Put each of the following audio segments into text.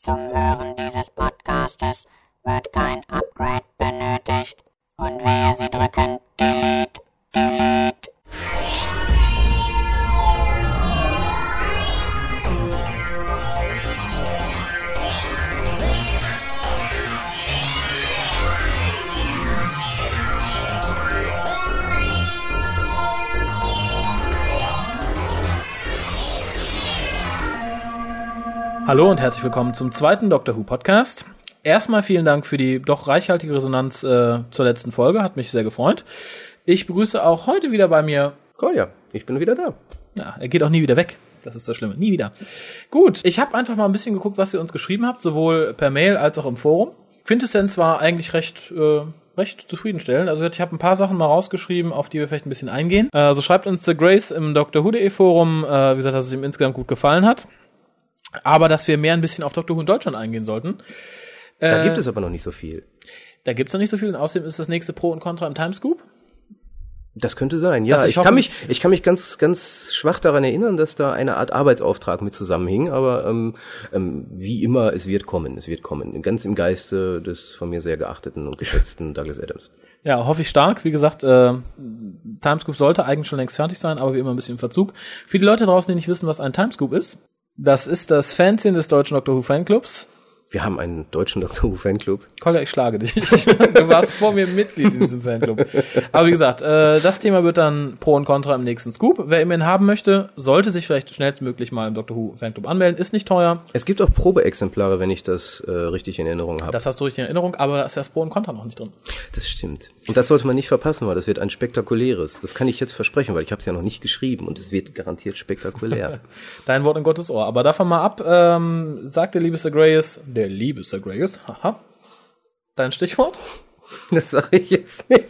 Zum Hören dieses Podcastes wird kein Upgrade benötigt. Und wehe, Sie drücken Delete, Delete. Hallo und herzlich willkommen zum zweiten Doctor Who Podcast. Erstmal vielen Dank für die doch reichhaltige Resonanz zur letzten Folge, hat mich sehr gefreut. Ich begrüße auch heute wieder bei mir Kolja, ich bin wieder da. Ja, er geht auch nie wieder weg. Das ist das Schlimme, nie wieder. Gut, ich habe einfach mal ein bisschen geguckt, was ihr uns geschrieben habt, sowohl per Mail als auch im Forum. Quintessenz war eigentlich recht zufriedenstellend. Also ich habe ein paar Sachen mal rausgeschrieben, auf die wir vielleicht ein bisschen eingehen. Also schreibt uns The Grace im Doctor.who.de Forum, wie gesagt, dass es ihm insgesamt gut gefallen hat. Aber dass wir mehr ein bisschen auf Doctor Who in Deutschland eingehen sollten. Da gibt es aber noch nicht so viel. Da gibt's noch nicht so viel und außerdem ist das nächste Pro und Contra im Timescoop. Das könnte sein, ja. Ich kann mich ganz schwach daran erinnern, dass da eine Art Arbeitsauftrag mit zusammenhing, aber wie immer, es wird kommen. Ganz im Geiste des von mir sehr geachteten und geschätzten Douglas Adams. Ja, hoffe ich stark. Wie gesagt, Timescoop sollte eigentlich schon längst fertig sein, aber wie immer ein bisschen im Verzug. Für die Leute draußen, die nicht wissen, was ein Timescoop ist, das ist das Fanzine des deutschen Doctor Who Fanclubs. Wir haben einen deutschen Doctor Who Fanclub. Kolja, ich schlage dich. Du warst vor mir Mitglied in diesem Fanclub. Aber wie gesagt, das Thema wird dann Pro und Contra im nächsten Scoop. Wer ihn haben möchte, sollte sich vielleicht schnellstmöglich mal im Doctor Who Fanclub anmelden. Ist nicht teuer. Es gibt auch Probeexemplare, wenn ich das richtig in Erinnerung habe. Das hast du richtig in Erinnerung, aber da ist das Pro und Contra noch nicht drin. Das stimmt. Und das sollte man nicht verpassen, weil das wird ein spektakuläres. Das kann ich jetzt versprechen, weil ich habe es ja noch nicht geschrieben und es wird garantiert spektakulär. Dein Wort in Gottes Ohr. Aber davon mal ab, sagt der liebe Sir Greyes, haha. Dein Stichwort? Das sage ich jetzt nicht.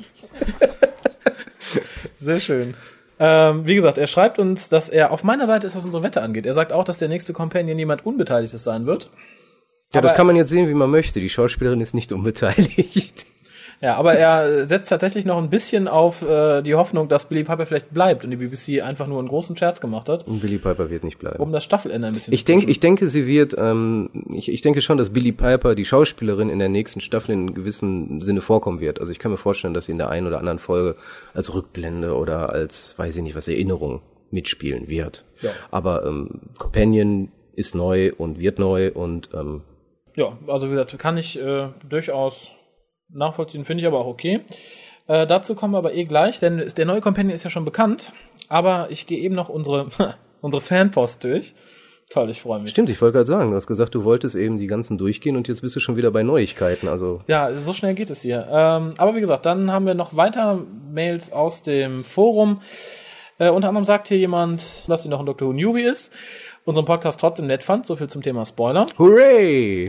Sehr schön. Wie gesagt, er schreibt uns, dass er auf meiner Seite ist, was unsere Wette angeht. Er sagt auch, dass der nächste Companion jemand Unbeteiligtes sein wird. Ja, das kann man jetzt sehen, wie man möchte. Die Schauspielerin ist nicht unbeteiligt. Ja, aber er setzt tatsächlich noch ein bisschen auf die Hoffnung, dass Billie Piper vielleicht bleibt und die BBC einfach nur einen großen Scherz gemacht hat. Und Billie Piper wird nicht bleiben. Um das Staffelende ein bisschen ich denke, sie wird, ich denke schon, dass Billie Piper, die Schauspielerin, in der nächsten Staffel in gewissem Sinne vorkommen wird. Also ich kann mir vorstellen, dass sie in der einen oder anderen Folge als Rückblende oder als, weiß ich nicht was, Erinnerung mitspielen wird. Ja. Aber Companion ist neu und wird neu und ja, also wie gesagt, kann ich durchaus nachvollziehen, finde ich aber auch okay. Dazu kommen wir aber gleich, denn der neue Companion ist ja schon bekannt, aber ich gehe eben noch unsere Fanpost durch. Toll, ich freue mich. Stimmt, ich wollte gerade sagen, du hast gesagt, du wolltest eben die ganzen durchgehen und jetzt bist du schon wieder bei Neuigkeiten. Also ja, so schnell geht es hier. Aber wie gesagt, dann haben wir noch weiter Mails aus dem Forum. Unter anderem sagt hier jemand, dass sie noch ein Doctor Who Newbie ist, unseren Podcast trotzdem nett fand, so viel zum Thema Spoiler. Hooray!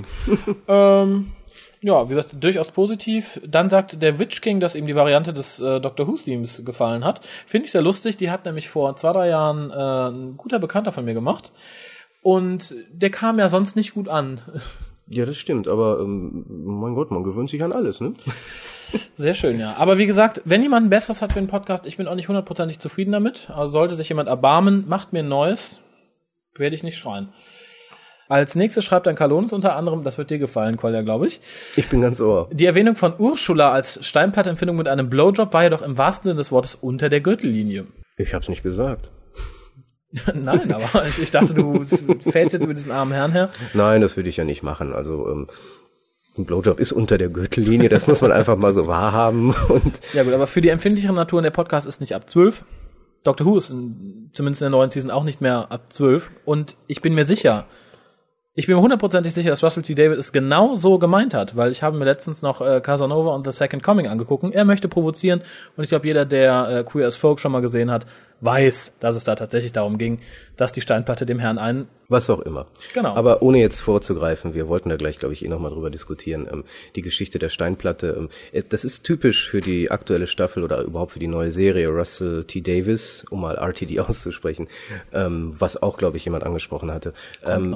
Ja, wie gesagt, durchaus positiv. Dann sagt der Witch King, dass ihm die Variante des Doctor Who-Themes gefallen hat. Finde ich sehr lustig. Die hat nämlich vor 2-3 Jahren ein guter Bekannter von mir gemacht. Und der kam ja sonst nicht gut an. Ja, das stimmt. Aber mein Gott, man gewöhnt sich an alles, ne? Sehr schön, ja. Aber wie gesagt, wenn jemand ein Besseres hat für den Podcast, ich bin auch nicht 100% zufrieden damit. Also sollte sich jemand erbarmen, macht mir ein neues, werde ich nicht schreien. Als nächstes schreibt dann Carlonus unter anderem, das wird dir gefallen, Kolja, glaube ich. Ich bin ganz ohr. Die Erwähnung von Ursula als Steinplatte-Empfindung mit einem Blowjob war ja doch im wahrsten Sinne des Wortes unter der Gürtellinie. Ich hab's nicht gesagt. Nein, aber ich dachte, du fällst jetzt über diesen armen Herrn her. Nein, das würde ich ja nicht machen. Also ein Blowjob ist unter der Gürtellinie, das muss man einfach mal so wahrhaben. Und ja gut, aber für die empfindlichere Natur in der Podcast ist nicht ab 12. Doctor Who ist zumindest in der neuen Season auch nicht mehr ab 12. Und ich bin mir hundertprozentig sicher, dass Russell T. Davies es genau so gemeint hat, weil ich habe mir letztens noch Casanova und The Second Coming angeguckt. Er möchte provozieren und ich glaube, jeder, der Queer as Folk schon mal gesehen hat, weiß, dass es da tatsächlich darum ging, dass die Steinplatte dem Herrn was auch immer. Genau. Aber ohne jetzt vorzugreifen, wir wollten da gleich, glaube ich, nochmal drüber diskutieren, die Geschichte der Steinplatte. Das ist typisch für die aktuelle Staffel oder überhaupt für die neue Serie Russell T. Davies, um mal RTD auszusprechen, was auch, glaube ich, jemand angesprochen hatte. Kommt noch.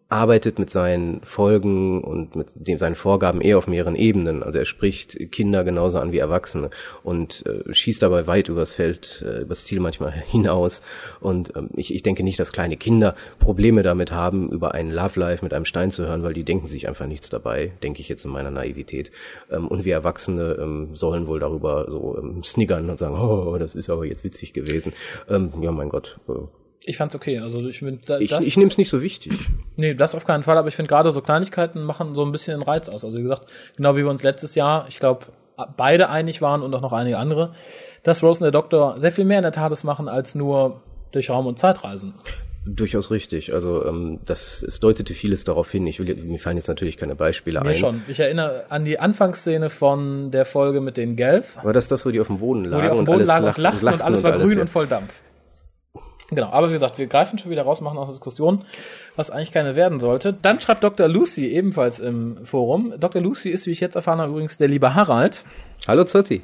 arbeitet mit seinen Folgen und mit seinen Vorgaben eher auf mehreren Ebenen. Also er spricht Kinder genauso an wie Erwachsene und schießt dabei weit übers Feld, übers Ziel manchmal hinaus. Und ich denke nicht, dass kleine Kinder Probleme damit haben, über einen Love Life mit einem Stein zu hören, weil die denken sich einfach nichts dabei, denke ich jetzt in meiner Naivität. Und wir Erwachsene sollen wohl darüber so sniggern und sagen, oh, das ist aber jetzt witzig gewesen. Ja, mein Gott. Ich fand's okay. Also ich nehme es nicht so wichtig. Nee, das auf keinen Fall, aber ich finde gerade so Kleinigkeiten machen so ein bisschen den Reiz aus. Also wie gesagt, genau wie wir uns letztes Jahr, ich glaube, beide einig waren und auch noch einige andere, dass Rose und der Doktor sehr viel mehr in der TARDIS machen, als nur durch Raum und Zeit reisen. Durchaus richtig. Also es deutete vieles darauf hin. Mir fallen jetzt natürlich keine Beispiele ein. Mir schon. Ich erinnere an die Anfangsszene von der Folge mit den Gelf. War das, wo die auf dem Boden lagen? Wo die auf dem Boden lagen und lachten und alles war grün und voll Dampf. Genau, aber wie gesagt, wir greifen schon wieder raus, machen auch Diskussionen, was eigentlich keine werden sollte. Dann schreibt Dr. Lucy ebenfalls im Forum. Dr. Lucy ist, wie ich jetzt erfahren habe, übrigens der liebe Harald. Hallo Zotti.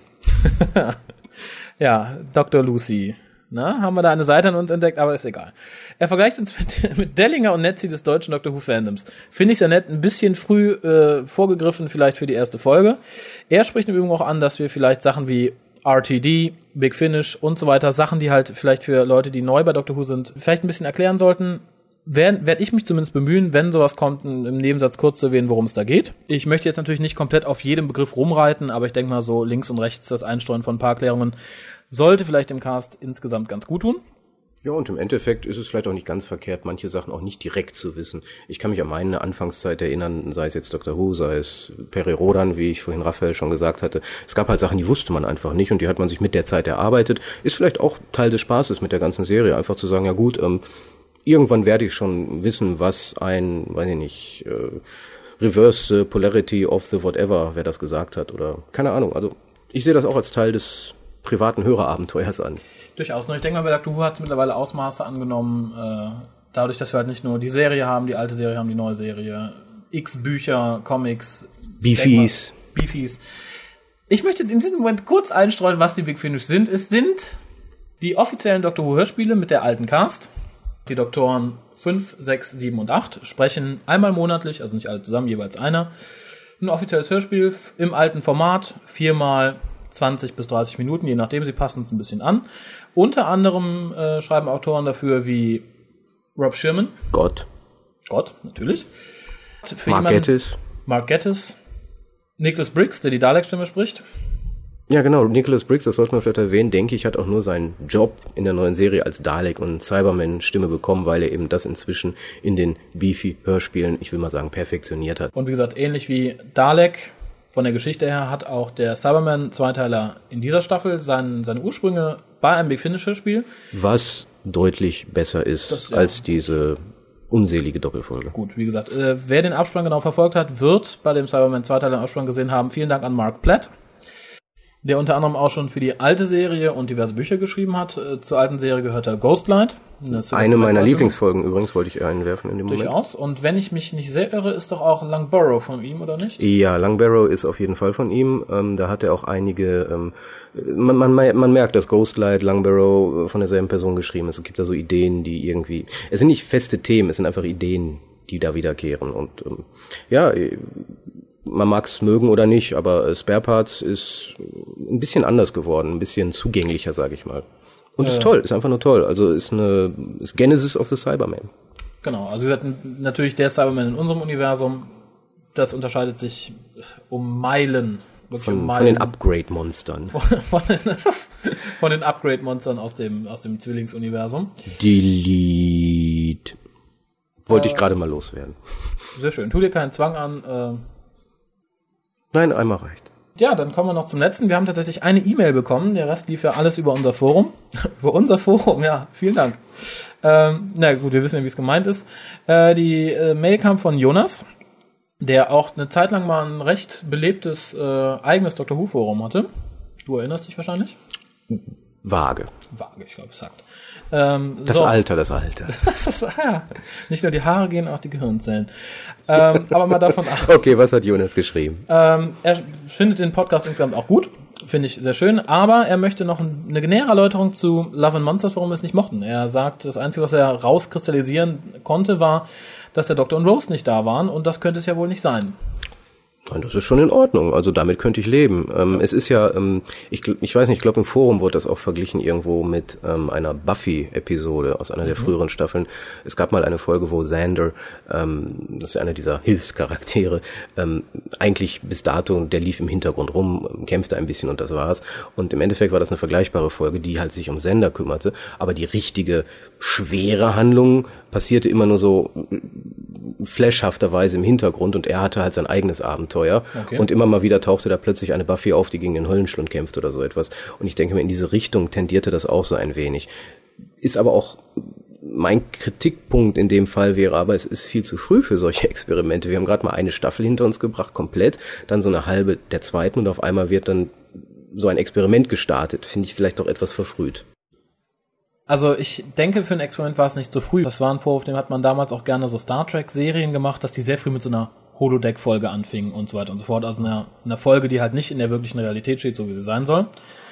Ja, Dr. Lucy. Na, haben wir da eine Seite an uns entdeckt, aber ist egal. Er vergleicht uns mit Dellinger und Netzi des deutschen Doctor Who Fandoms. Finde ich sehr nett, ein bisschen früh vorgegriffen vielleicht für die erste Folge. Er spricht im Übrigen auch an, dass wir vielleicht Sachen wie RTD, Big Finish und so weiter, Sachen, die halt vielleicht für Leute, die neu bei Doctor Who sind, vielleicht ein bisschen erklären sollten. Werde ich mich zumindest bemühen, wenn sowas kommt, im Nebensatz kurz zu erwähnen, worum es da geht. Ich möchte jetzt natürlich nicht komplett auf jedem Begriff rumreiten, aber ich denke mal so links und rechts das Einstreuen von ein paar Erklärungen sollte vielleicht dem Cast insgesamt ganz gut tun. Ja, und im Endeffekt ist es vielleicht auch nicht ganz verkehrt, manche Sachen auch nicht direkt zu wissen. Ich kann mich an meine Anfangszeit erinnern, sei es jetzt Doctor Who, sei es Peri Rodan, wie ich vorhin Raphael schon gesagt hatte. Es gab halt Sachen, die wusste man einfach nicht und die hat man sich mit der Zeit erarbeitet. Ist vielleicht auch Teil des Spaßes mit der ganzen Serie, einfach zu sagen, ja gut, irgendwann werde ich schon wissen, was ein, weiß ich nicht, Reverse Polarity of the Whatever, wer das gesagt hat oder keine Ahnung. Also ich sehe das auch als Teil des privaten Hörerabenteuers an. Durchaus. Nur ich denke mal, bei Doctor Who hat es mittlerweile Ausmaße angenommen, dadurch, dass wir halt nicht nur die Serie haben, die alte Serie haben, die neue Serie, x Bücher, Comics, Beefies. Ich möchte in diesem Moment kurz einstreuen, was die Big Finish sind. Es sind die offiziellen Doctor Who Hörspiele mit der alten Cast. Die Doktoren 5, 6, 7 und 8 sprechen einmal monatlich, also nicht alle zusammen, jeweils einer, ein offizielles Hörspiel im alten Format, 4x 20 bis 30 Minuten, je nachdem, sie passen es ein bisschen an. Unter anderem schreiben Autoren dafür wie Rob Shearman. Gott, natürlich. Mark Gatiss. Nicholas Briggs, der die Dalek-Stimme spricht. Ja, genau. Nicholas Briggs, das sollte man vielleicht erwähnen, denke ich, hat auch nur seinen Job in der neuen Serie als Dalek und Cyberman-Stimme bekommen, weil er eben das inzwischen in den Beefy-Hörspielen, ich will mal sagen, perfektioniert hat. Und wie gesagt, ähnlich wie Dalek, von der Geschichte her hat auch der Cyberman-Zweiteiler in dieser Staffel seine Ursprünge bei einem Big Finish-Hörspiel. Was deutlich besser ist als diese unselige Doppelfolge. Gut, wie gesagt, wer den Abspann genau verfolgt hat, wird bei dem Cyberman-Zweiteiler im Abspann gesehen haben. Vielen Dank an Mark Platt, der unter anderem auch schon für die alte Serie und diverse Bücher geschrieben hat. Zur alten Serie gehört er Ghostlight. Eine meiner Lieblingsfolgen übrigens, wollte ich einwerfen in dem Moment. Durchaus. Und wenn ich mich nicht sehr irre, ist doch auch Langbarrow von ihm, oder nicht? Ja, Langbarrow ist auf jeden Fall von ihm. Da hat er auch einige, man merkt, dass Ghostlight, Langbarrow von derselben Person geschrieben ist. Es gibt da so Ideen, die irgendwie, es sind nicht feste Themen, es sind einfach Ideen, die da wiederkehren. Und ja, man mag es mögen oder nicht, aber Spare Parts ist ein bisschen anders geworden, ein bisschen zugänglicher, sage ich mal. Und ist toll, ist einfach nur toll. Also ist Genesis of the Cyberman. Genau, also wir hatten natürlich der Cyberman in unserem Universum, das unterscheidet sich um Meilen. Von den Upgrade-Monstern. Von den Upgrade-Monstern aus dem Zwillingsuniversum. Delete. Wollte ich gerade mal loswerden. Sehr schön. Tu dir keinen Zwang an. Nein, einmal reicht. Ja, dann kommen wir noch zum letzten. Wir haben tatsächlich eine E-Mail bekommen. Der Rest lief ja alles über unser Forum. Über unser Forum, ja. Vielen Dank. Na gut, wir wissen ja, wie es gemeint ist. Die Mail kam von Jonas, der auch eine Zeit lang mal ein recht belebtes eigenes Doctor Who Forum hatte. Du erinnerst dich wahrscheinlich? Vage, ich glaube, es sagt. Das Alter. Das ist, ja. Nicht nur die Haare gehen, auch die Gehirnzellen. Aber mal davon ab. Okay, was hat Jonas geschrieben? Er findet den Podcast insgesamt auch gut. Finde ich sehr schön. Aber er möchte noch eine nähere Erläuterung zu Love and Monsters, warum wir es nicht mochten. Er sagt, das Einzige, was er rauskristallisieren konnte, war, dass der Doktor und Rose nicht da waren und das könnte es ja wohl nicht sein. Nein, das ist schon in Ordnung. Also damit könnte ich leben. Es ist ja, ich weiß nicht, ich glaube im Forum wurde das auch verglichen irgendwo mit einer Buffy-Episode aus einer der früheren Staffeln. Es gab mal eine Folge, wo Xander, das ist einer dieser Hilfscharaktere, eigentlich bis dato, der lief im Hintergrund rum, kämpfte ein bisschen und das war's. Und im Endeffekt war das eine vergleichbare Folge, die halt sich um Xander kümmerte. Aber die richtige, schwere Handlung passierte immer nur so flashhafterweise im Hintergrund und er hatte halt sein eigenes Abenteuer. Okay. Und immer mal wieder tauchte da plötzlich eine Buffy auf, die gegen den Höllenschlund kämpft oder so etwas. Und ich denke mir, in diese Richtung tendierte das auch so ein wenig. Ist aber auch mein Kritikpunkt in dem Fall wäre, aber es ist viel zu früh für solche Experimente. Wir haben gerade mal eine Staffel hinter uns gebracht, komplett, dann so eine halbe der zweiten und auf einmal wird dann so ein Experiment gestartet. Finde ich vielleicht doch etwas verfrüht. Also ich denke, für ein Experiment war es nicht so früh. Das war ein Vorwurf, dem hat man damals auch gerne so Star Trek-Serien gemacht, dass die sehr früh mit so einer Holodeck-Folge anfingen und so weiter und so fort. Also einer Folge, die halt nicht in der wirklichen Realität steht, so wie sie sein soll.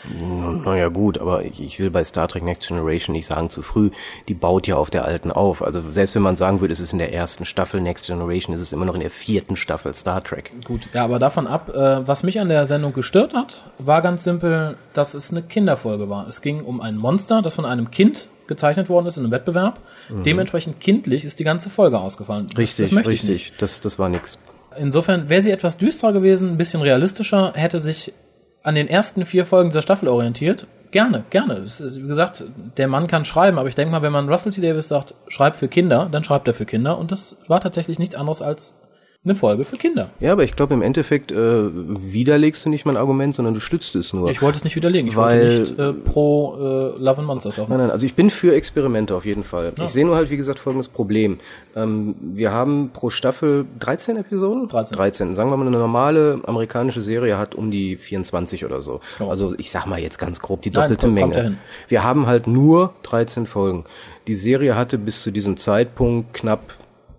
Naja gut, aber ich will bei Star Trek Next Generation nicht sagen zu früh, die baut ja auf der alten auf. Also selbst wenn man sagen würde, es ist in der ersten Staffel Next Generation, ist es immer noch in der 4. Staffel Star Trek. Gut, ja, aber davon ab, was mich an der Sendung gestört hat, war ganz simpel, dass es eine Kinderfolge war. Es ging um ein Monster, das von einem Kind gezeichnet worden ist in einem Wettbewerb. Dementsprechend kindlich ist die ganze Folge ausgefallen. Richtig, das möchte ich richtig. Nicht. Das war nix. Insofern wäre sie etwas düsterer gewesen, ein bisschen realistischer, hätte sich an den ersten 4 Folgen dieser Staffel orientiert. Gerne. Es ist, wie gesagt, der Mann kann schreiben, aber ich denke mal, wenn man Russell T. Davies sagt, schreib für Kinder, dann schreibt er für Kinder. Und das war tatsächlich nichts anderes als eine Folge für Kinder. Ja, aber ich glaube, im Endeffekt widerlegst du nicht mein Argument, sondern du stützt es nur. Ich wollte es nicht widerlegen. Ich wollte nicht pro Love and Monsters laufen. Nein, also ich bin für Experimente auf jeden Fall. Ja. Ich sehe nur halt, wie gesagt, folgendes Problem. Wir haben pro Staffel 13 Episoden? 13. Sagen wir mal, eine normale amerikanische Serie hat um die 24 oder so. Oh. Also ich sag mal jetzt ganz grob die doppelte Menge. Dahin. Wir haben halt nur 13 Folgen. Die Serie hatte bis zu diesem Zeitpunkt knapp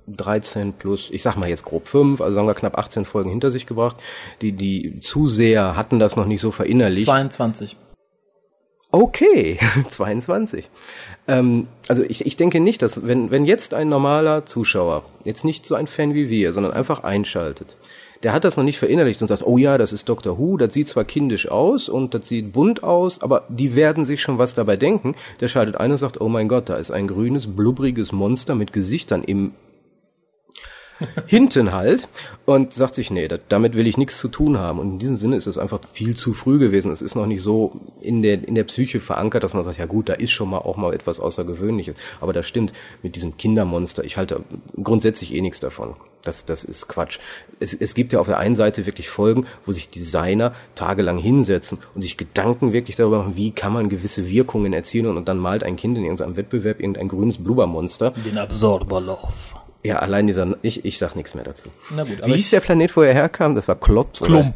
13 plus, ich sag mal jetzt grob 5, also sagen wir knapp 18 Folgen hinter sich gebracht. Die Zuseher hatten das noch nicht so verinnerlicht. 22. Okay, 22. Also ich denke nicht, dass wenn jetzt ein normaler Zuschauer, jetzt nicht so ein Fan wie wir, sondern einfach einschaltet, der hat das noch nicht verinnerlicht und sagt, oh ja, das ist Dr. Who, das sieht zwar kindisch aus und das sieht bunt aus, aber die werden sich schon was dabei denken. Der schaltet ein und sagt, oh mein Gott, da ist ein grünes, blubbriges Monster mit Gesichtern im hinten halt und sagt sich, nee, damit will ich nichts zu tun haben. Und in diesem Sinne ist es einfach viel zu früh gewesen. Es ist noch nicht so in der Psyche verankert, dass man sagt, ja gut, da ist schon mal auch mal etwas Außergewöhnliches. Aber das stimmt, mit diesem Kindermonster, ich halte grundsätzlich nichts davon. Das ist Quatsch. Es gibt ja auf der einen Seite wirklich Folgen, wo sich Designer tagelang hinsetzen und sich Gedanken wirklich darüber machen, wie kann man gewisse Wirkungen erzielen und dann malt ein Kind in irgendeinem Wettbewerb irgendein grünes Blubbermonster. Den Absorberlauf. Ja, allein dieser, ich sag nichts mehr dazu. Na gut, aber wie hieß der Planet, wo er herkam? Das war Klops. Klump.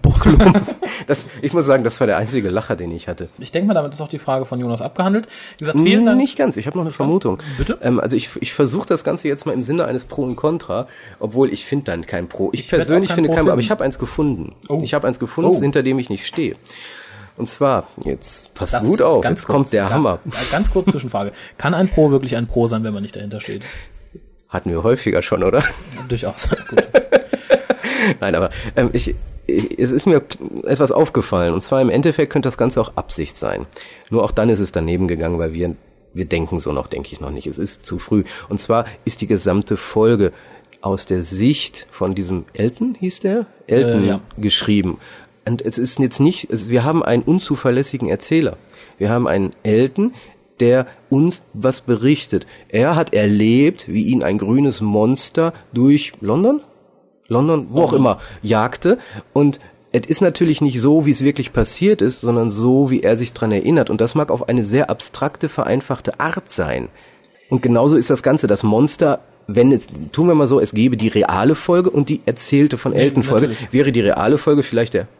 Ich muss sagen, das war der einzige Lacher, den ich hatte. Ich denke mal, damit ist auch die Frage von Jonas abgehandelt. Wie gesagt, vielen Dank. Nicht ganz, ich habe noch eine Vermutung. Bitte? Also ich versuche das Ganze jetzt mal im Sinne eines Pro und Contra, obwohl ich finde dann kein Pro. Ich persönlich finde kein Pro, aber ich habe eins gefunden. Oh. Ich habe eins gefunden, hinter dem ich nicht stehe. Und zwar, jetzt passt gut auf, jetzt kommt der Hammer. Ganz kurz Zwischenfrage. Kann ein Pro wirklich ein Pro sein, wenn man nicht dahinter steht? Hatten wir häufiger schon, oder? Ja, durchaus. Gut. Nein, aber es ist mir etwas aufgefallen. Und zwar im Endeffekt könnte das Ganze auch Absicht sein. Nur auch dann ist es daneben gegangen, weil wir denken so noch, denke ich noch nicht. Es ist zu früh. Und zwar ist die gesamte Folge aus der Sicht von diesem Elton, hieß der? Elton ja. Geschrieben. Und es ist jetzt nicht, wir haben einen unzuverlässigen Erzähler. Wir haben einen Elton, der uns was berichtet. Er hat erlebt, wie ihn ein grünes Monster durch London, wo auch immer, jagte. Und es ist natürlich nicht so, wie es wirklich passiert ist, sondern so, wie er sich dran erinnert. Und das mag auf eine sehr abstrakte, vereinfachte Art sein. Und genauso ist das Ganze. Das Monster, tun wir mal so, es gäbe die reale Folge und die erzählte von Elton-Folge. Wäre die reale Folge vielleicht der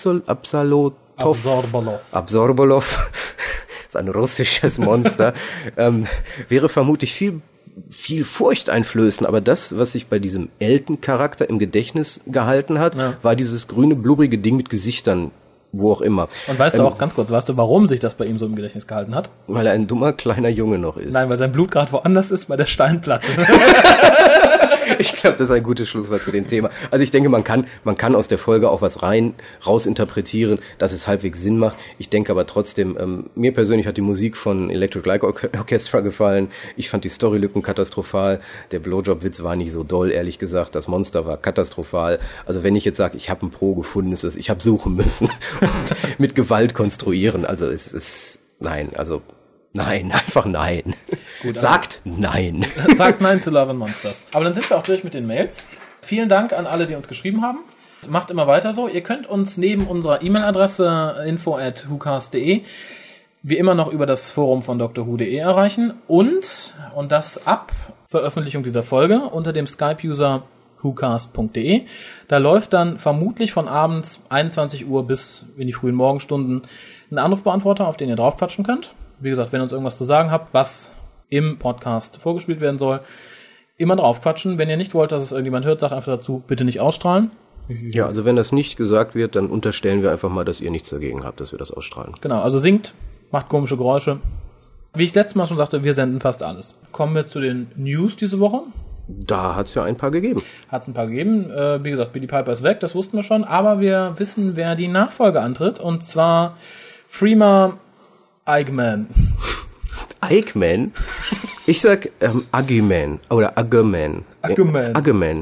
Absorberlauf. Ein russisches Monster, wäre vermutlich viel furchteinflößend, aber das, was sich bei diesem Elton-Charakter im Gedächtnis gehalten hat, war dieses grüne, blubbrige Ding mit Gesichtern, wo auch immer. Und weißt du auch, ganz kurz, warum sich das bei ihm so im Gedächtnis gehalten hat? Weil er ein dummer, kleiner Junge noch ist. Nein, weil sein Blut gerade woanders ist, bei der Steinplatte. Ich glaube, das ist ein gutes Schlusswort zu dem Thema. Also ich denke, man kann aus der Folge auch was raus interpretieren, dass es halbwegs Sinn macht. Ich denke aber trotzdem, mir persönlich hat die Musik von Electric Light Orchestra gefallen. Ich fand die Storylücken katastrophal. Der Blowjob-Witz war nicht so doll, ehrlich gesagt. Das Monster war katastrophal. Also wenn ich jetzt sage, ich habe ein Pro gefunden, ist es, ich habe suchen müssen und mit Gewalt konstruieren. Also es ist, nein, einfach nein. Gut, Sagt nein. Sagt nein zu Love and Monsters. Aber dann sind wir auch durch mit den Mails. Vielen Dank an alle, die uns geschrieben haben. Macht immer weiter so. Ihr könnt uns neben unserer E-Mail-Adresse info@whocast.de wie immer noch über das Forum von drwho.de erreichen und das ab Veröffentlichung dieser Folge unter dem Skype-User whocast.de. Da läuft dann vermutlich von abends 21 Uhr bis in die frühen Morgenstunden ein Anrufbeantworter, auf den ihr draufquatschen könnt. Wie gesagt, wenn ihr uns irgendwas zu sagen habt, was im Podcast vorgespielt werden soll, immer draufquatschen. Wenn ihr nicht wollt, dass es irgendjemand hört, sagt einfach dazu, bitte nicht ausstrahlen. Ja, also wenn das nicht gesagt wird, dann unterstellen wir einfach mal, dass ihr nichts dagegen habt, dass wir das ausstrahlen. Genau, also singt, macht komische Geräusche. Wie ich letztes Mal schon sagte, wir senden fast alles. Kommen wir zu den News diese Woche. Da hat's ja ein paar gegeben. Hat's ein paar gegeben. Wie gesagt, Billie Piper ist weg, das wussten wir schon. Aber wir wissen, wer die Nachfolge antritt. Und zwar Freema Eggman. Eggman? Ich sag Aggerman oder Aggerman. Aggerman.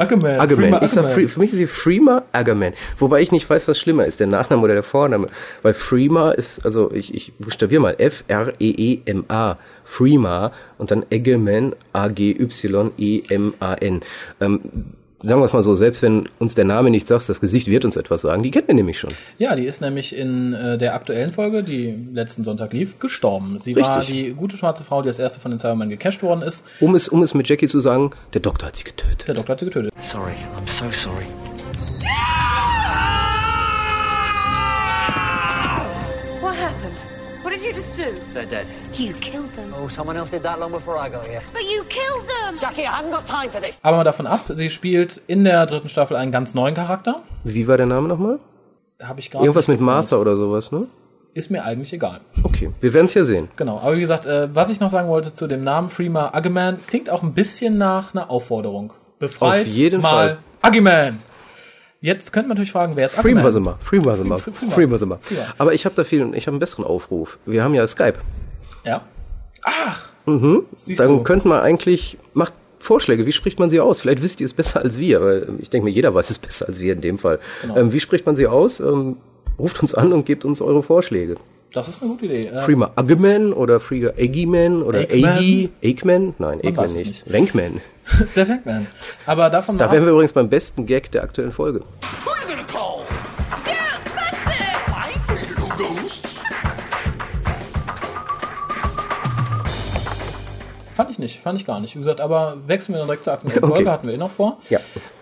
Für mich ist sie Freema Aggerman. Wobei ich nicht weiß, was schlimmer ist, der Nachname oder der Vorname. Weil Freema ist, also ich buchstabiere mal F-R-E-E-M-A. Freema und dann Aggerman, A-G-Y-E-M-A-N. Sagen wir es mal so, selbst wenn uns der Name nicht sagt, das Gesicht wird uns etwas sagen. Die kennt man nämlich schon. Ja, die ist nämlich in der aktuellen Folge, die letzten Sonntag lief, gestorben. Sie Richtig. war die gute schwarze Frau, die als erste von den Cybermen gecasht worden ist. Um es mit Jackie zu sagen, der Doktor hat sie getötet. Der Doktor hat sie getötet. Sorry, I'm so sorry. What happened? What did you just do? They're dead. You killed them. Oh, someone else did that long before I got here. But you killed them! Jackie, I haven't got time for this. Aber mal davon ab, sie spielt in der 3. Staffel einen ganz neuen Charakter. Wie war der Name nochmal? Habe ich gerade Irgendwas nicht mit gefunden. Martha oder sowas, ne? Ist mir eigentlich egal. Okay, wir werden es ja sehen. Genau, aber wie gesagt, was ich noch sagen wollte zu dem Namen Freema Aggerman, klingt auch ein bisschen nach einer Aufforderung. Befreit Auf jeden mal Fall. Aggerman! Jetzt könnte man natürlich fragen, wer ist Aggerman? Freema. Aber ich habe einen besseren Aufruf. Wir haben ja Skype. Ja. Ach! Siehst Dann du. könnte man eigentlich, macht Vorschläge, wie spricht man sie aus? Vielleicht wisst ihr es besser als wir, weil ich denke mir, jeder weiß es besser als wir in dem Fall. Genau. Wie spricht man sie aus? Ruft uns an und gebt uns eure Vorschläge. Das ist eine gute Idee. Freema Aggerman oder Freema Eggyman oder Eggman? Eggman? Nein, Man weiß Eggman es nicht. Wankman. Der Wankman. Aber davon Da mal wären ab, wir übrigens beim besten Gag der aktuellen Folge. Who are you gonna call? Ghostbusters! I ain't afraid of no ghosts. fand ich gar nicht. Wie gesagt, aber wechseln wir dann direkt zur aktuellen Okay. Folge, hatten wir noch vor. Ja.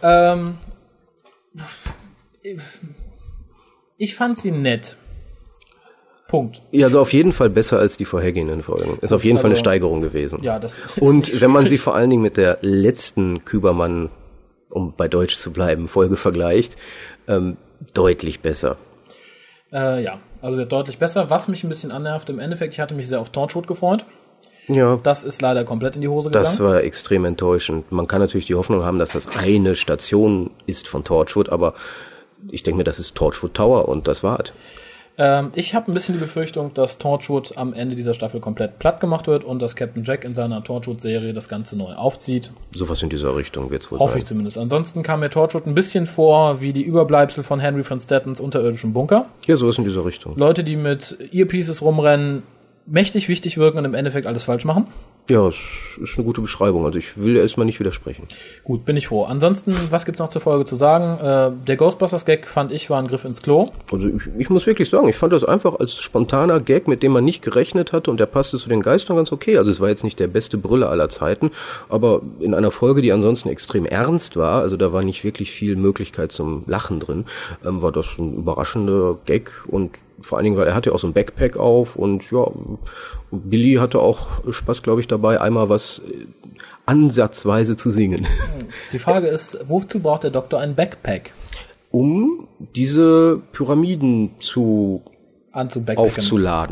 Ich fand sie nett. Punkt. Ja, also auf jeden Fall besser als die vorhergehenden Folgen. Ist auf jeden Fall eine Steigerung gewesen. Ja, das ist Und nicht wenn man sie schwierig. vor allen Dingen mit der letzten Kübermann, um bei Deutsch zu bleiben, Folge vergleicht, deutlich besser. Ja, also deutlich besser. Was mich ein bisschen annervt, im Endeffekt, ich hatte mich sehr auf Torchwood gefreut. Ja, Das ist leider komplett in die Hose gegangen. das war extrem enttäuschend. Man kann natürlich die Hoffnung haben, dass das eine Station ist von Torchwood, aber ich denke mir, das ist Torchwood Tower und das war's. Ich habe ein bisschen die Befürchtung, dass Torchwood am Ende dieser Staffel komplett platt gemacht wird und dass Captain Jack in seiner Torchwood-Serie das Ganze neu aufzieht. Sowas in dieser Richtung wird's wohl Hoffe sein. ich zumindest. Ansonsten kam mir Torchwood ein bisschen vor wie die Überbleibsel von Henry von Stattons unterirdischen Bunker. Ja, sowas in dieser Richtung. Leute, die mit Earpieces rumrennen, mächtig wichtig wirken und im Endeffekt alles falsch machen. Ja, es ist eine gute Beschreibung. Also ich will erstmal nicht widersprechen. Gut, bin ich froh. Ansonsten, was gibt's noch zur Folge zu sagen? Der Ghostbusters-Gag, fand ich, war ein Griff ins Klo. Also ich muss wirklich sagen, ich fand das einfach als spontaner Gag, mit dem man nicht gerechnet hatte und der passte zu den Geistern ganz okay. Also es war jetzt nicht der beste Brüller aller Zeiten, aber in einer Folge, die ansonsten extrem ernst war, also da war nicht wirklich viel Möglichkeit zum Lachen drin, war das ein überraschender Gag und vor allen Dingen, weil er hatte auch so ein Backpack auf und ja, Billy hatte auch Spaß, glaube ich, dabei, einmal was ansatzweise zu singen. Die Frage ist, wozu braucht der Doktor ein Backpack? Um diese Pyramiden Anzubackpacken. aufzuladen.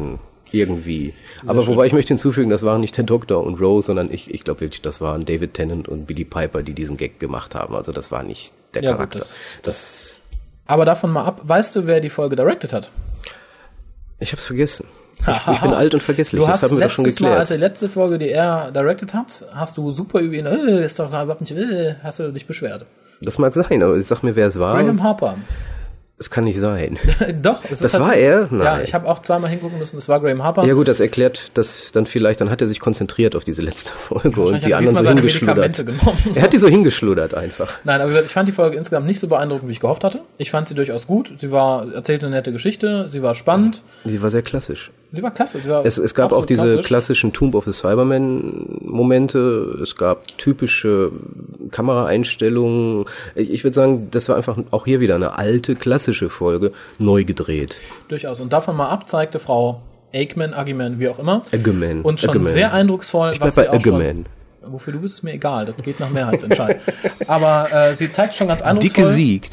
Irgendwie. Aber wobei ich möchte hinzufügen, das waren nicht der Doktor und Rose, sondern ich glaube wirklich, das waren David Tennant und Billie Piper, die diesen Gag gemacht haben. Also das war nicht der Charakter. Gut, aber davon mal ab, weißt du, wer die Folge directed hat? Ich hab's vergessen. Ich bin alt und vergesslich, das haben wir doch schon geklärt. Mal, als die letzte Folge, die er directed hat, hast du super über ihn, ist doch überhaupt nicht, hast du dich beschwert. Das mag sein, aber sag mir, wer es war. Graham Harper. Es kann nicht sein. Doch, es ist das war er? Nein. Ja, ich habe auch zweimal hingucken müssen, es war Graham Harper. Ja gut, das erklärt das dann vielleicht, dann hat er sich konzentriert auf diese letzte Folge und die hat anderen so hingeschluddert. Er hat die so hingeschluddert einfach. Nein, aber ich fand die Folge insgesamt nicht so beeindruckend, wie ich gehofft hatte. Ich fand sie durchaus gut. Sie erzählte eine nette Geschichte, sie war spannend. Sie war sehr klassisch. Sie war klasse. Es gab auch diese klassischen Tomb of the Cybermen-Momente. Es gab typische Kameraeinstellungen. Ich würde sagen, das war einfach auch hier wieder eine alte, klassische Folge, neu gedreht. Durchaus. Und davon mal ab zeigte Frau Ageman, wie auch immer. Eggman. Und schon sehr eindrucksvoll, was sie auch schon... Wofür du bist, ist mir egal. Das geht nach Mehrheitsentscheid. Aber sie zeigt schon ganz eindrucksvoll... Dick gesiegt.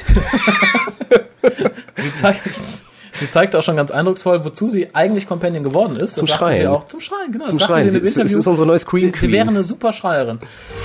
Sie zeigt auch schon ganz eindrucksvoll, wozu sie eigentlich Companion geworden ist. Zum Schreien. Sie auch. Zum Schreien, genau. Zum Schreien. Sie ist unsere neue Scream Queen. Sie wäre eine super Schreierin.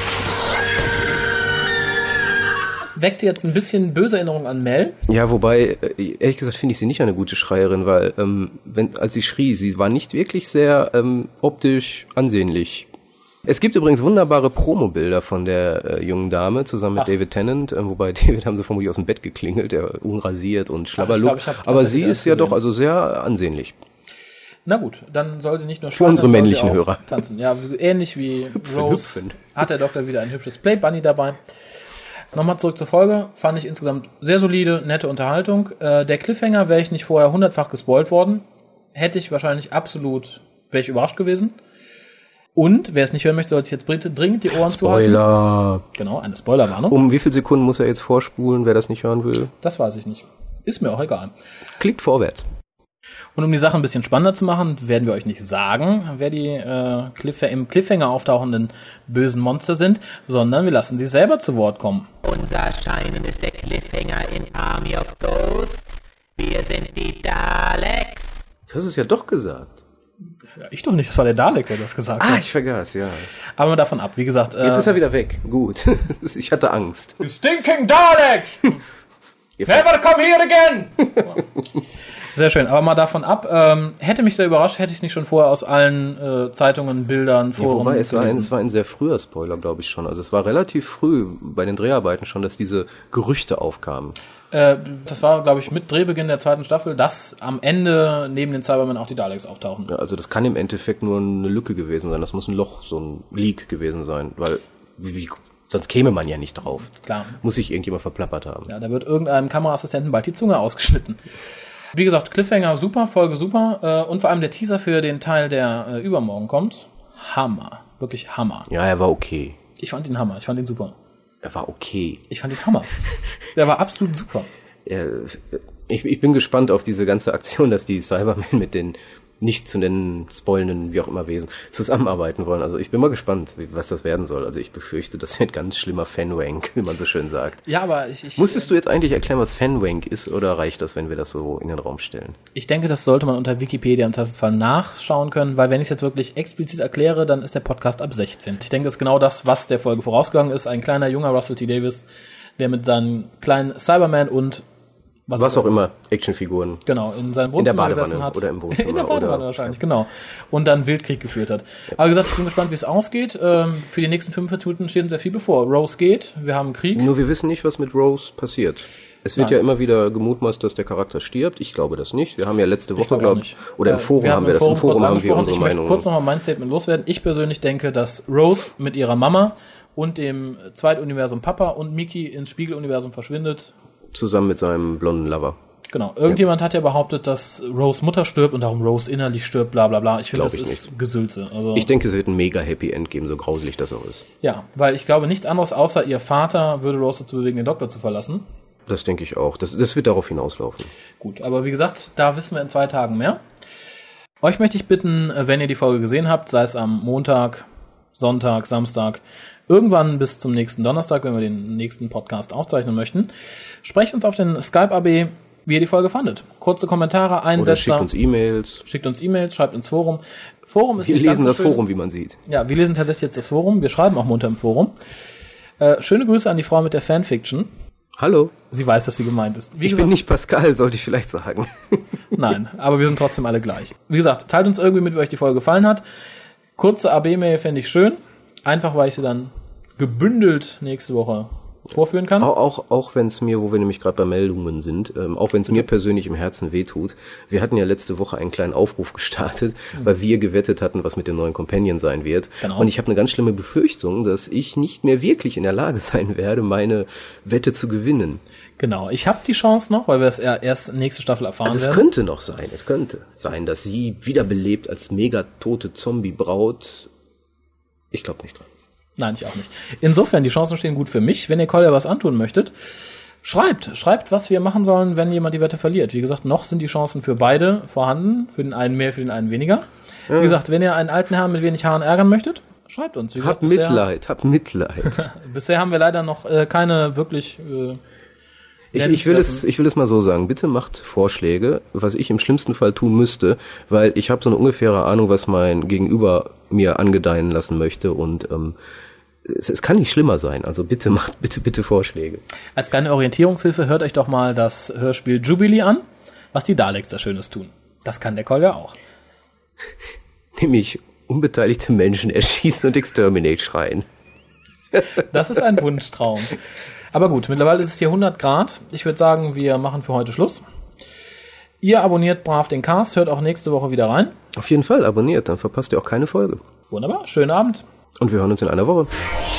Weckte jetzt ein bisschen böse Erinnerung an Mel. Ja, wobei, ehrlich gesagt, finde ich sie nicht eine gute Schreierin, weil als sie schrie, sie war nicht wirklich sehr optisch ansehnlich. Es gibt übrigens wunderbare Promobilder von der jungen Dame zusammen mit David Tennant, wobei David haben sie vermutlich aus dem Bett geklingelt, der unrasiert und Schlabberlook. Aber sie ist ja doch also sehr ansehnlich. Na gut, dann soll sie nicht nur für unsere männlichen Hörer tanzen. Ja, ähnlich wie Rose hat der Doktor wieder ein hübsches Play Bunny dabei. Nochmal zurück zur Folge. Fand ich insgesamt sehr solide, nette Unterhaltung. Der Cliffhanger, wäre ich nicht vorher 100-fach gespoilt worden, wäre ich überrascht gewesen. Und, wer es nicht hören möchte, soll sich jetzt dringend die Ohren zuhalten. Spoiler. Genau, eine Spoilerwarnung. Um wie viele Sekunden muss er jetzt vorspulen, wer das nicht hören will? Das weiß ich nicht. Ist mir auch egal. Klickt vorwärts. Und um die Sache ein bisschen spannender zu machen, werden wir euch nicht sagen, wer die im Cliffhanger auftauchenden bösen Monster sind, sondern wir lassen sie selber zu Wort kommen. Unser Erscheinen ist der Cliffhanger in Army of Ghosts. Wir sind die Daleks. Du hast es ja doch gesagt. Ja, ich doch nicht, das war der Dalek, der das gesagt hat. Ich vergaß, ja. Aber mal davon ab, wie gesagt... Jetzt ist er wieder weg, gut. Ich hatte Angst. You stinking Dalek! Never come here again! Sehr schön, aber mal davon ab, hätte mich sehr überrascht, hätte ich es nicht schon vorher aus allen Zeitungen, Bildern, Foren... Ja, wobei, es war ein sehr früher Spoiler, glaube ich schon. Also es war relativ früh bei den Dreharbeiten schon, dass diese Gerüchte aufkamen. Das war, glaube ich, mit Drehbeginn der zweiten Staffel, dass am Ende neben den Cybermen auch die Daleks auftauchen. Ja, also das kann im Endeffekt nur eine Lücke gewesen sein. Das muss ein Loch, so ein Leak gewesen sein, weil sonst käme man ja nicht drauf. Klar. Muss sich irgendjemand verplappert haben. Ja, da wird irgendeinem Kameraassistenten bald die Zunge ausgeschnitten. Wie gesagt, Cliffhanger super, Folge super und vor allem der Teaser für den Teil, der übermorgen kommt. Hammer. Wirklich Hammer. Ja, er war okay. Ich fand ihn Hammer. Ich fand ihn super. Er war okay. Ich fand ihn Hammer. Der war absolut super. Ich bin gespannt auf diese ganze Aktion, dass die Cybermen mit den nicht zu nennen, spoilenden, wie auch immer Wesen, zusammenarbeiten wollen. Also ich bin mal gespannt, was das werden soll. Also ich befürchte, das wird ganz schlimmer Fanwank, wie man so schön sagt. Ja, aber Musstest du jetzt eigentlich erklären, was Fanwank ist, oder reicht das, wenn wir das so in den Raum stellen? Ich denke, das sollte man unter Wikipedia im Zweifelsfall nachschauen können, weil wenn ich es jetzt wirklich explizit erkläre, dann ist der Podcast ab 16. Ich denke, das ist genau das, was der Folge vorausgegangen ist. Ein kleiner, junger Russell T. Davies, der mit seinen kleinen Cyberman und was auch immer, Actionfiguren. Genau, in seinem Wohnzimmer gesessen hat. Oder im Wohnzimmer. In der Badewanne wahrscheinlich, genau. Und dann Wildkrieg geführt hat. Ja. Aber wie gesagt, ich bin gespannt, wie es ausgeht. Für die nächsten 45 Minuten steht uns sehr viel bevor. Rose geht, wir haben Krieg. Nur wir wissen nicht, was mit Rose passiert. Es wird ja immer wieder gemutmaßt, dass der Charakter stirbt. Ich glaube das nicht. Wir haben ja letzte Woche, glaube ich, oder im Forum haben wir das. Im Forum haben wir unsere Meinung. Ich möchte kurz nochmal mein Statement loswerden. Ich persönlich denke, dass Rose mit ihrer Mama und dem Zweituniversum Papa und Miki ins Spiegeluniversum verschwindet. Zusammen mit seinem blonden Lover. Genau. Irgendjemand hat ja behauptet, dass Rose Mutter stirbt und darum Rose innerlich stirbt, bla bla bla. Ich finde, das ist Gesülze. Also, ich denke, es wird ein mega Happy End geben, so grauselig das auch ist. Ja, weil ich glaube, nichts anderes außer ihr Vater würde Rose dazu bewegen, den Doktor zu verlassen. Das denke ich auch. Das wird darauf hinauslaufen. Gut, aber wie gesagt, da wissen wir in 2 Tagen mehr. Euch möchte ich bitten, wenn ihr die Folge gesehen habt, sei es am Montag, Sonntag, Samstag, irgendwann bis zum nächsten Donnerstag, wenn wir den nächsten Podcast aufzeichnen möchten, sprecht uns auf den Skype-AB wie ihr die Folge fandet. Kurze Kommentare, Einsätze. Oder schickt uns E-Mails. Schickt uns E-Mails, schreibt ins Forum. Forum ist Wir nicht ganz lesen so das schön. Forum, wie man sieht. Ja, wir lesen tatsächlich jetzt das Forum. Wir schreiben auch munter im Forum. Schöne Grüße an die Frau mit der Fanfiction. Hallo. Sie weiß, dass sie gemeint ist. Wie Ich bin nicht Pascal, sollte ich vielleicht sagen. Nein, aber wir sind trotzdem alle gleich. Wie gesagt, teilt uns irgendwie mit, wie euch die Folge gefallen hat. Kurze AB-Mail fände ich schön. Einfach, weil ich sie dann gebündelt nächste Woche vorführen kann. Auch wenn es mir, wo wir nämlich gerade bei Meldungen sind, auch wenn es mir persönlich im Herzen wehtut. Wir hatten ja letzte Woche einen kleinen Aufruf gestartet, weil wir gewettet hatten, was mit dem neuen Companion sein wird. Genau. Und ich habe eine ganz schlimme Befürchtung, dass ich nicht mehr wirklich in der Lage sein werde, meine Wette zu gewinnen. Genau, ich habe die Chance noch, weil wir es erst nächste Staffel erfahren Also es werden. könnte noch sein, dass sie wiederbelebt als mega tote Zombie-Braut. Ich glaube nicht dran. Nein, ich auch nicht. Insofern, die Chancen stehen gut für mich. Wenn ihr Kolja was antun möchtet, schreibt, was wir machen sollen, wenn jemand die Wette verliert. Wie gesagt, noch sind die Chancen für beide vorhanden. Für den einen mehr, für den einen weniger. Ja. Wie gesagt, wenn ihr einen alten Herrn mit wenig Haaren ärgern möchtet, schreibt uns. Wie gesagt, Hab Mitleid. Bisher haben wir leider noch keine wirklich... Ich will es mal so sagen, bitte macht Vorschläge, was ich im schlimmsten Fall tun müsste, weil ich habe so eine ungefähre Ahnung, was mein Gegenüber mir angedeihen lassen möchte und es kann nicht schlimmer sein, also bitte macht bitte Vorschläge. Als kleine Orientierungshilfe hört euch doch mal das Hörspiel Jubilee an, was die Daleks da Schönes tun. Das kann der Kolja auch. Nämlich unbeteiligte Menschen erschießen und Exterminate schreien. Das ist ein Wunschtraum. Aber gut, mittlerweile ist es hier 100 Grad. Ich würde sagen, wir machen für heute Schluss. Ihr abonniert brav den Cast, hört auch nächste Woche wieder rein. Auf jeden Fall abonniert, dann verpasst ihr auch keine Folge. Wunderbar, schönen Abend. Und wir hören uns in einer Woche.